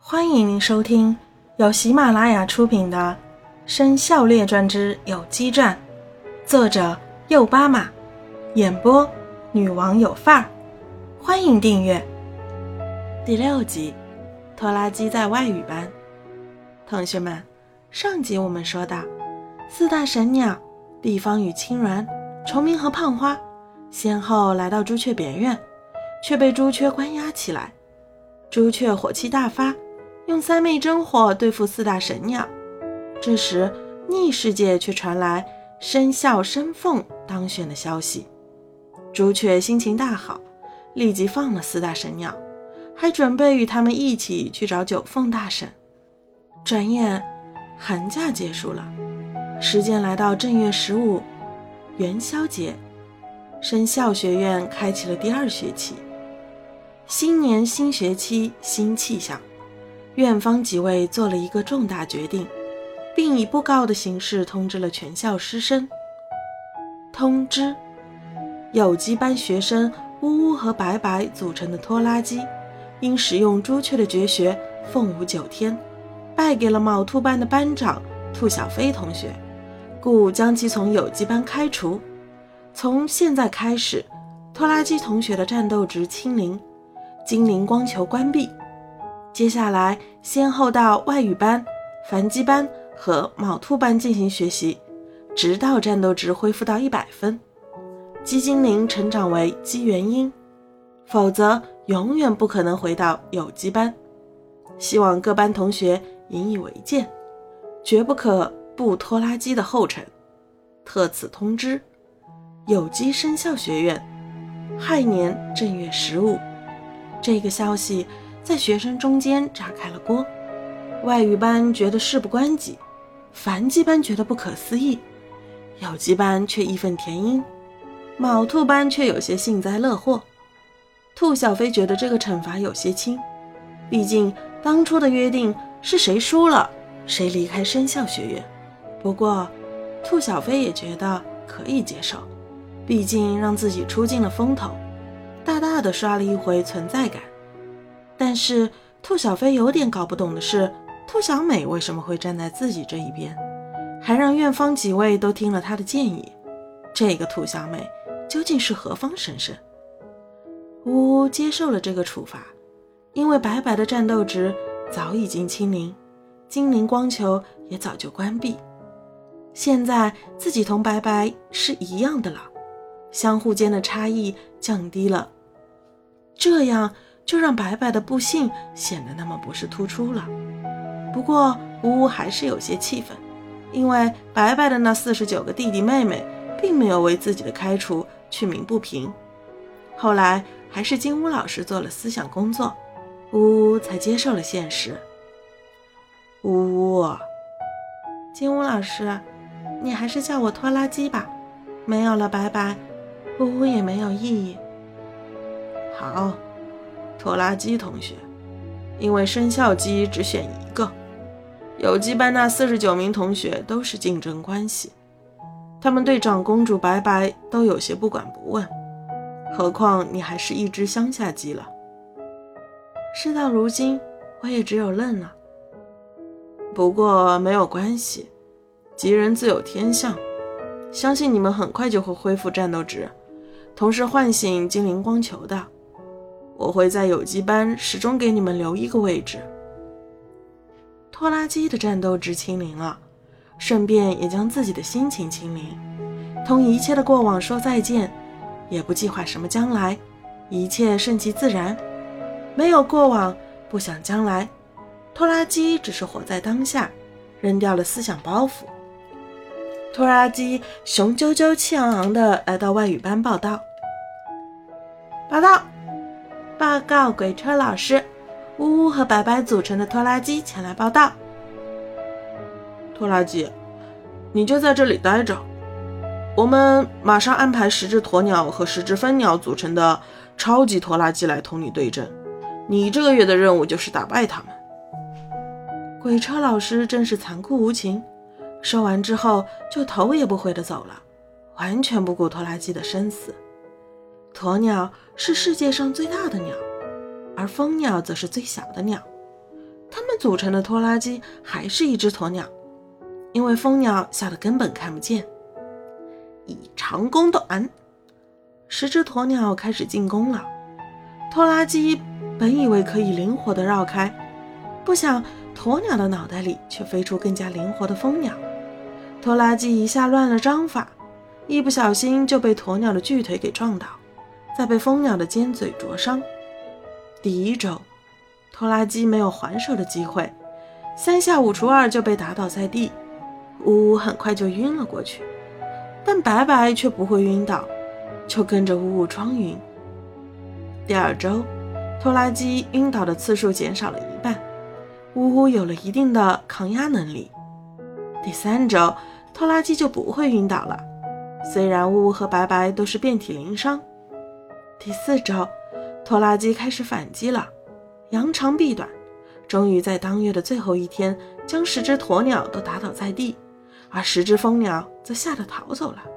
欢迎您收听由喜马拉雅出品的《生肖列传之有机传》，作者右巴马，演播女王有范儿。欢迎订阅。第6集，拖拉机在外语班。同学们，上集我们说到，四大神鸟毕方与青鸾、虫鸣和胖花先后来到朱雀别院，却被朱雀关押起来。朱雀火气大发，用三昧真火对付四大神鸟。这时逆世界却传来生肖生凤当选的消息。朱雀心情大好，立即放了四大神鸟，还准备与他们一起去找九凤大神。转眼寒假结束了，时间来到正月15元宵节，生肖学院开启了第2学期。新年新学期新气象，院方几位做了一个重大决定，并以布告的形式通知了全校师生。通知：有机班学生乌乌和白白组成的拖拉机，因使用朱雀的绝学凤舞9天，败给了卯兔班的班长兔小飞同学，故将其从有机班开除。从现在开始，拖拉机同学的战斗值清零，精灵光球关闭。接下来先后到外语班、繁鸡班和卯兔班进行学习，直到战斗值恢复到100分，鸡精灵成长为鸡元婴，否则永远不可能回到有机班。希望各班同学引以为戒，绝不可步拖拉机的后尘。特此通知，有机生肖学院，亥年正月15。这个消息在学生中间炸开了锅。外语班觉得事不关己，繁鸡班觉得不可思议，有机班却义愤填膺，卯兔班却有些幸灾乐祸。兔小飞觉得这个惩罚有些轻，毕竟当初的约定是谁输了谁离开生肖学院。不过兔小飞也觉得可以接受，毕竟让自己出尽了风头，大大的刷了一回存在感。但是兔小飞有点搞不懂的是，兔小美为什么会站在自己这一边，还让院方几位都听了他的建议。这个兔小美究竟是何方神圣？呜呜接受了这个处罚，因为白白的战斗值早已经清零，精灵光球也早就关闭。现在自己同白白是一样的了，相互间的差异降低了，这样就让白白的不幸显得那么不是突出了。不过呜呜还是有些气愤，因为白白的那49个弟弟妹妹并没有为自己的开除去鸣不平。后来还是金乌老师做了思想工作，呜呜才接受了现实。呜呜，金乌老师，你还是叫我拖拉机吧，没有了白白，呜呜也没有意义。好，拖拉机同学，因为生肖机只选一个，有机班那49名同学都是竞争关系，他们对长公主白白都有些不管不问，何况你还是一只乡下鸡了。事到如今，我也只有认了。不过没有关系，吉人自有天相，相信你们很快就会恢复战斗值，同时唤醒精灵光球的。我会在有机班始终给你们留一个位置。拖拉机的战斗值清零了，顺便也将自己的心情清零，同一切的过往说再见，也不计划什么将来，一切顺其自然，没有过往，不想将来。拖拉机只是活在当下，扔掉了思想包袱。拖拉机雄赳赳气昂昂地来到外语班报道。报告鬼车老师，呜呜和白白组成的拖拉机前来报道。拖拉机，你就在这里待着，我们马上安排10只鸵鸟和10只蜂鸟组成的超级拖拉机来同你对阵，你这个月的任务就是打败他们。鬼车老师真是残酷无情，说完之后就头也不回地走了，完全不顾拖拉机的生死。鸵鸟是世界上最大的鸟，而蜂鸟则是最小的鸟，它们组成的拖拉机还是一只鸵鸟，因为蜂鸟小得根本看不见。以长攻短，10只鸵鸟开始进攻了。拖拉机本以为可以灵活地绕开，不想鸵鸟的脑袋里却飞出更加灵活的蜂鸟。拖拉机一下乱了章法，一不小心就被鸵鸟的巨腿给撞倒，再被蜂鸟的尖嘴灼伤。第一周，拖拉机没有还手的机会，3下5除2就被打倒在地。呜呜很快就晕了过去，但白白却不会晕倒，就跟着呜呜装晕。第2周，拖拉机晕倒的次数减少了一半，呜呜有了一定的抗压能力。第3周，拖拉机就不会晕倒了，虽然呜呜和白白都是遍体鳞伤。第4周，拖拉机开始反击了，扬长避短，终于在当月的最后一天将10只鸵鸟都打倒在地，而10只蜂鸟则吓得逃走了。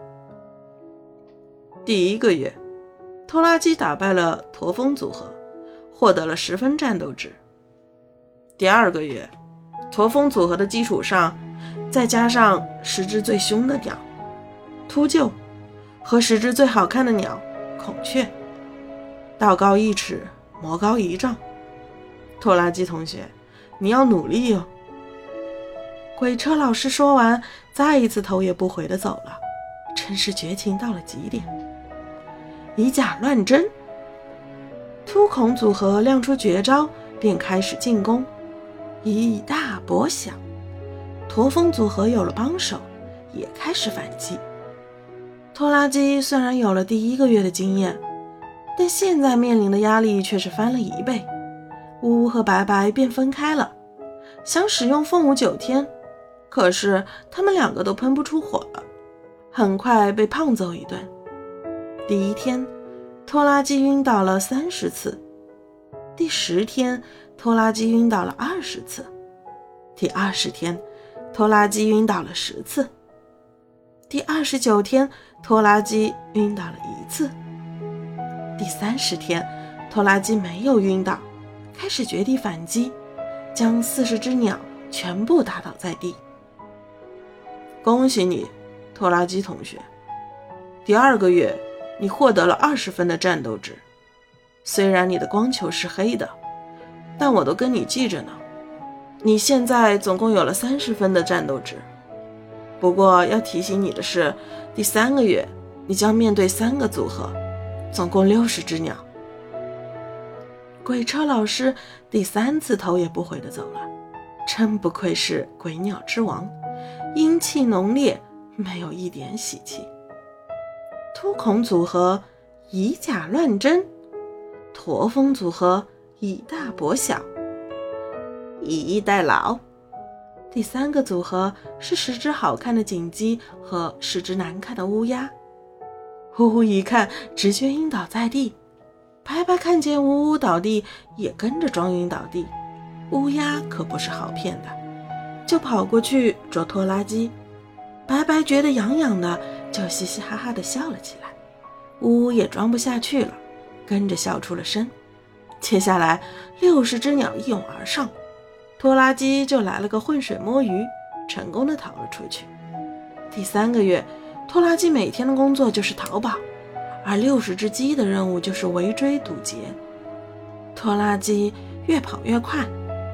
第1个月，拖拉机打败了驼峰组合，获得了10分战斗值。第2个月，驼峰组合的基础上再加上10只最凶的鸟秃鹫和10只最好看的鸟孔雀，道高1尺，魔高1丈。拖拉机同学，你要努力哦。鬼车老师说完，再一次头也不回地走了，真是绝情到了极点。以假乱真，秃孔组合亮出绝招，便开始进攻，以大博小。驼峰组合有了帮手，也开始反击。拖拉机虽然有了第1个月的经验，但现在面临的压力却是翻了1倍。呜呜和白白便分开了，想使用凤舞9天，可是他们2个都喷不出火了，很快被胖揍一顿。第1天，拖拉机晕倒了30次；第10天，拖拉机晕倒了20次；第20天，拖拉机晕倒了10次；第29天，拖拉机晕倒了1次；第30天，拖拉机没有晕倒，开始绝地反击，将40只鸟全部打倒在地。恭喜你，拖拉机同学！第2个月，你获得了20分的战斗值。虽然你的光球是黑的，但我都跟你记着呢。你现在总共有了30分的战斗值。不过要提醒你的是，第3个月，你将面对3个组合，总共60只鸟。鬼车老师第3次头也不回地走了，真不愧是鬼鸟之王，阴气浓烈，没有一点喜气。秃孔组合以假乱真，驼峰组合以大博小，以逸待劳。第3个组合是10只好看的锦鸡和10只难看的乌鸦。呜呜一看，直接晕倒在地。白白看见呜呜倒地，也跟着装晕倒地。乌鸦可不是好骗的，就跑过去捉拖拉机。白白觉得痒痒的，就嘻嘻哈哈地笑了起来。呜呜也装不下去了，跟着笑出了声。接下来60只鸟一拥而上，拖拉机就来了个浑水摸鱼，成功地逃了出去。第3个月，拖拉机每天的工作就是逃跑，而60只鸡的任务就是围追堵截。拖拉机越跑越快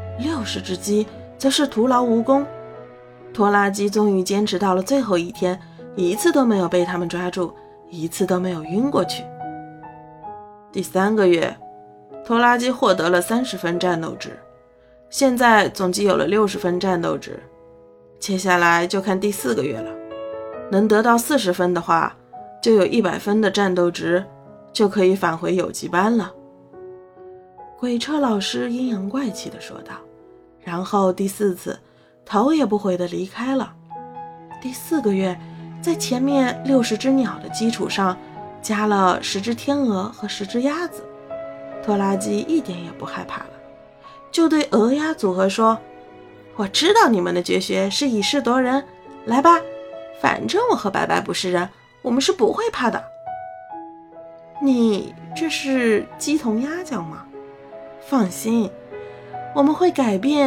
，60只鸡则是徒劳无功。拖拉机终于坚持到了最后一天，一次都没有被他们抓住，一次都没有晕过去。第3个月，拖拉机获得了30分战斗值，现在总计有了60分战斗值。接下来就看第4个月了，能得到40分的话，就有100分的战斗值，就可以返回有级班了。鬼车老师阴阳怪气地说道，然后第4次头也不回地离开了。第4个月，在前面60只鸟的基础上，加了10只天鹅和10只鸭子。拖拉机一点也不害怕了，就对鹅鸭组合说，我知道你们的绝学是以势夺人，来吧，反正我和白白不是人，我们是不会怕的。你这是鸡同鸭讲吗？放心，我们会改变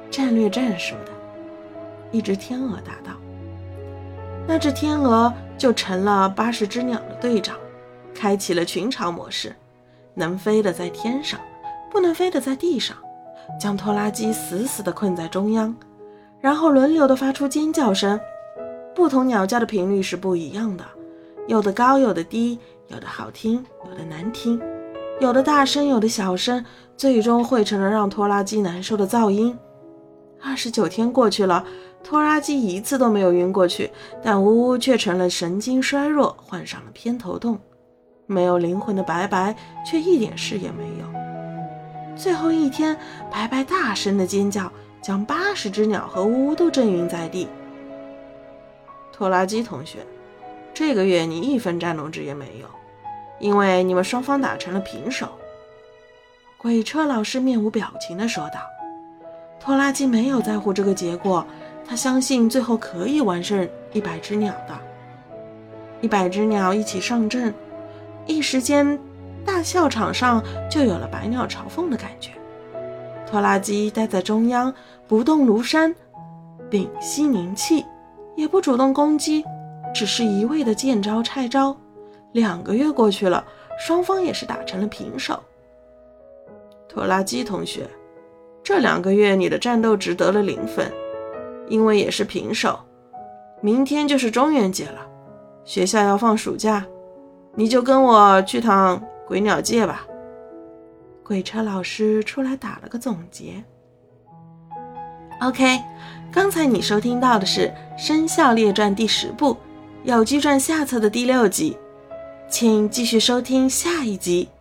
战略战术的。一只天鹅答道。那只天鹅就成了80只鸟的队长，开启了群巢模式，能飞的在天上，不能飞的在地上，将拖拉机死死地困在中央，然后轮流地发出尖叫声。不同鸟叫的频率是不一样的，有的高，有的低，有的好听，有的难听，有的大声，有的小声，最终汇成了让拖拉机难受的噪音。29天过去了，拖拉机一次都没有晕过去，但呜呜却成了神经衰弱，患上了偏头痛。没有灵魂的白白却一点事也没有。最后一天，白白大声的尖叫，将80只鸟和呜呜都震晕在地。拖拉机同学，这个月你1分战斗值也没有，因为你们双方打成了平手。鬼车老师面无表情地说道。拖拉机没有在乎这个结果，他相信最后可以完胜100只鸟的。100只鸟一起上阵，一时间大笑场上就有了百鸟朝凤的感觉。拖拉机待在中央，不动如山，屏息凝气，也不主动攻击，只是一味的见招拆招。2个月过去了，双方也是打成了平手。拖拉机同学，这2个月你的战斗值得了0分，因为也是平手。明天就是中元节了，学校要放暑假，你就跟我去趟鬼鸟界吧。鬼车老师出来打了个总结。OK， 刚才你收听到的是《生肖列传》第10部《有机传》下册的第6集，请继续收听下一集。